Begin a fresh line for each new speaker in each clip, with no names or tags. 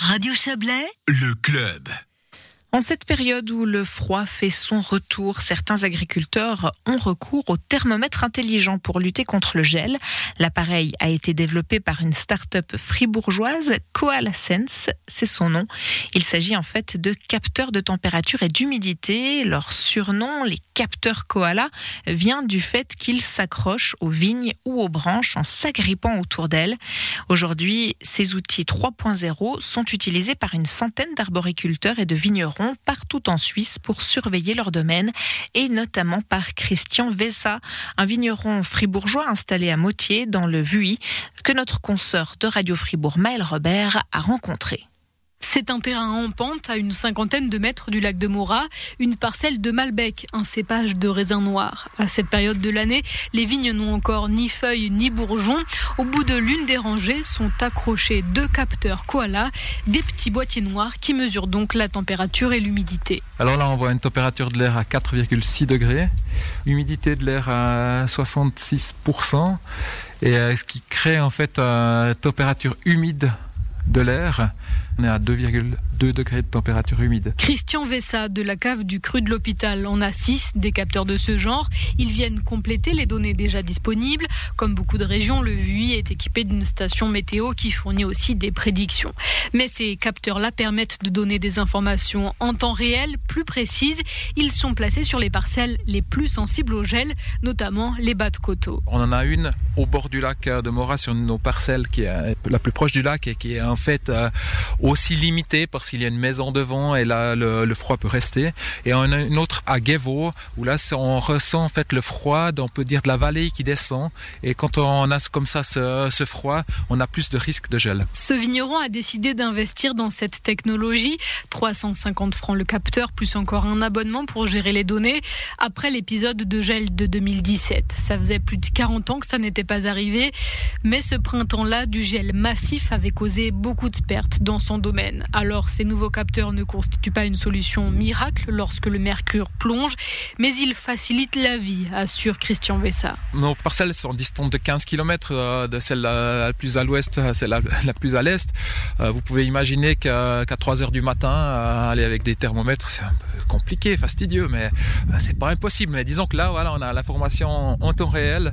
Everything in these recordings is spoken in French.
Radio Chablais,
le club.
En cette période où le froid fait son retour, certains agriculteurs ont recours au thermomètre intelligent pour lutter contre le gel. L'appareil a été développé par une start-up fribourgeoise, Koala Sense, c'est son nom. Il s'agit en fait de capteurs de température et d'humidité. Leur surnom, les capteurs Koala, vient du fait qu'ils s'accrochent aux vignes ou aux branches en s'agrippant autour d'elles. Aujourd'hui, ces outils 3.0 sont utilisés par une centaine d'arboriculteurs et de vignerons partout en Suisse pour surveiller leur domaine et notamment par Christian Vessa, un vigneron fribourgeois installé à Motier dans le Vuy que notre consoeur de Radio Fribourg Maëlle Robert a rencontré.
C'est un terrain en pente à une 50aine de mètres du lac de Morat, une parcelle de Malbec, un cépage de raisin noir. À cette période de l'année, les vignes n'ont encore ni feuilles ni bourgeons. Au bout de l'une des rangées sont accrochés 2 capteurs Koala, des petits boîtiers noirs qui mesurent donc la température et l'humidité.
Alors là, on voit une température de l'air à 4,6 degrés, humidité de l'air à 66%, et ce qui crée en fait une température humide de l'air. On est à 2,2 degrés de température humide.
Christian Vessa de la cave du Cru de l'Hôpital en a 6 des capteurs de ce genre. Ils viennent compléter les données déjà disponibles. Comme beaucoup de régions, le Vuy est équipé d'une station météo qui fournit aussi des prédictions. Mais ces capteurs-là permettent de donner des informations en temps réel, plus précises. Ils sont placés sur les parcelles les plus sensibles au gel, notamment les bas de coteaux.
On en a une au bord du lac de Morat sur nos parcelles qui est la plus proche du lac et qui est en fait aussi limitée parce qu'il y a une maison devant et là le froid peut rester. Et on a une autre à Guévaux où là on ressent en fait le froid, on peut dire de la vallée qui descend. Et quand on a comme ça ce froid, on a plus de risque de gel.
Ce vigneron a décidé d'investir dans cette technologie. 350 francs le capteur, plus encore un abonnement pour gérer les données. Après l'épisode de gel de 2017, ça faisait plus de 40 ans que ça n'était pas arrivé. Mais ce printemps-là, du gel massif avait causé beaucoup de pertes dans son domaine. Alors, ces nouveaux capteurs ne constituent pas une solution miracle lorsque le mercure plonge, mais ils facilitent la vie, assure Christian Vessa.
Nos parcelles sont distantes de 15 km de celle la plus à l'ouest, celle la plus à l'est. Vous pouvez imaginer qu'à 3 heures du matin, aller avec des thermomètres, c'est un peu compliqué, fastidieux, mais c'est pas impossible. Mais disons que là, voilà, on a l'information en temps réel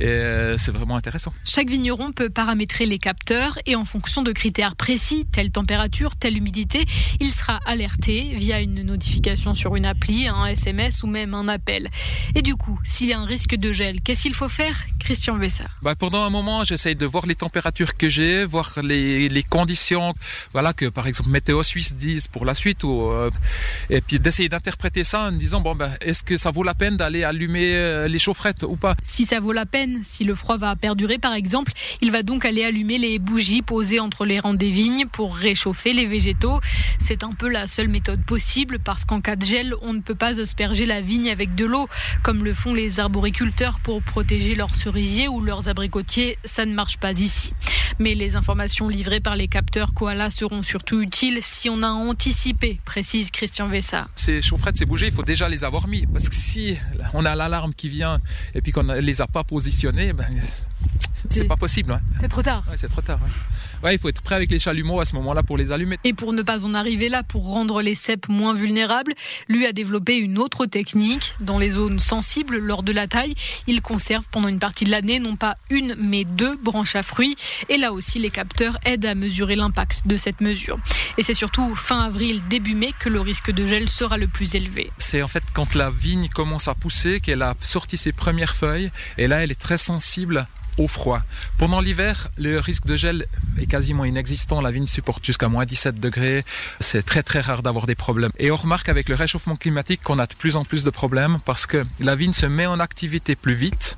et c'est vraiment intéressant.
Chaque vigneron peut paramétrer les capteurs et en fonction de critères précis, telle température, telle humidité, il sera alerté via une notification sur une appli, un SMS ou même un appel. Et du coup, s'il y a un risque de gel, qu'est-ce qu'il faut faire, Christian Vessa?
Pendant un moment, j'essaye de voir les températures que j'ai, voir les conditions, voilà, que par exemple Météo Suisse disent pour la suite, et puis d'essayer d'interpréter ça en disant est-ce que ça vaut la peine d'aller allumer les chaufferettes ou pas?
Si ça vaut la peine, si le froid va perdurer par exemple, il va donc aller allumer les bougies posées entre les rangs des vignes pour réchauffer les végétaux. C'est un peu la seule méthode possible parce qu'en cas de gel, on ne peut pas asperger la vigne avec de l'eau comme le font les arboriculteurs pour protéger leurs cerisiers ou leurs abricotiers. Ça ne marche pas ici. Mais les informations livrées par les capteurs Koala seront surtout utiles si on a anticipé, précise Christian Vessa.
Ces chaufferettes, ces bougies, il faut déjà les avoir mis parce que si on a l'alarme qui vient et puis qu'on ne les a pas positionnés, c'est pas possible. Hein.
C'est trop tard.
Ouais, c'est trop tard. Ouais, il faut être prêt avec les chalumeaux à ce moment-là pour les allumer.
Et pour ne pas en arriver là, pour rendre les cèpes moins vulnérables, lui a développé une autre technique. Dans les zones sensibles, lors de la taille, il conserve pendant une partie de l'année non pas une, mais 2 branches à fruits. Et là aussi, les capteurs aident à mesurer l'impact de cette mesure. Et c'est surtout fin avril, début mai que le risque de gel sera le plus élevé.
C'est en fait quand la vigne commence à pousser, qu'elle a sorti ses premières feuilles, et là, elle est très sensible au froid. Pendant l'hiver, le risque de gel est quasiment inexistant. La vigne supporte jusqu'à moins 17 degrés. C'est très très rare d'avoir des problèmes. Et on remarque avec le réchauffement climatique qu'on a de plus en plus de problèmes parce que la vigne se met en activité plus vite.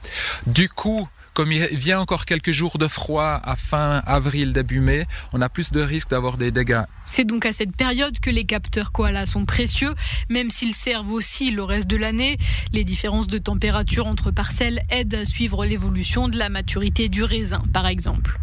Du coup, comme il vient encore quelques jours de froid à fin avril, début mai, on a plus de risques d'avoir des dégâts.
C'est donc à cette période que les capteurs Koala sont précieux, même s'ils servent aussi le reste de l'année. Les différences de température entre parcelles aident à suivre l'évolution de la maturité du raisin, par exemple.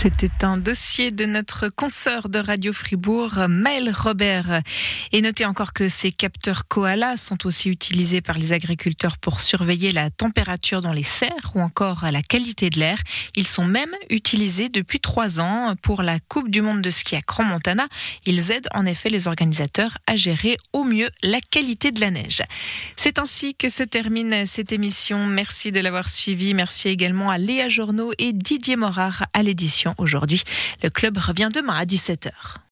C'était un dossier de notre consoeur de Radio Fribourg, Maëlle Robert. Et notez encore que ces capteurs Koala sont aussi utilisés par les agriculteurs pour surveiller la température dans les serres ou encore la qualité de l'air. Ils sont même utilisés depuis 3 ans pour la Coupe du Monde de ski à Crans-Montana. Ils aident en effet les organisateurs à gérer au mieux la qualité de la neige. C'est ainsi que se termine cette émission. Merci de l'avoir suivi. Merci également à Léa Journeau et Didier Morard à l'édition aujourd'hui. Le club revient demain à 17h.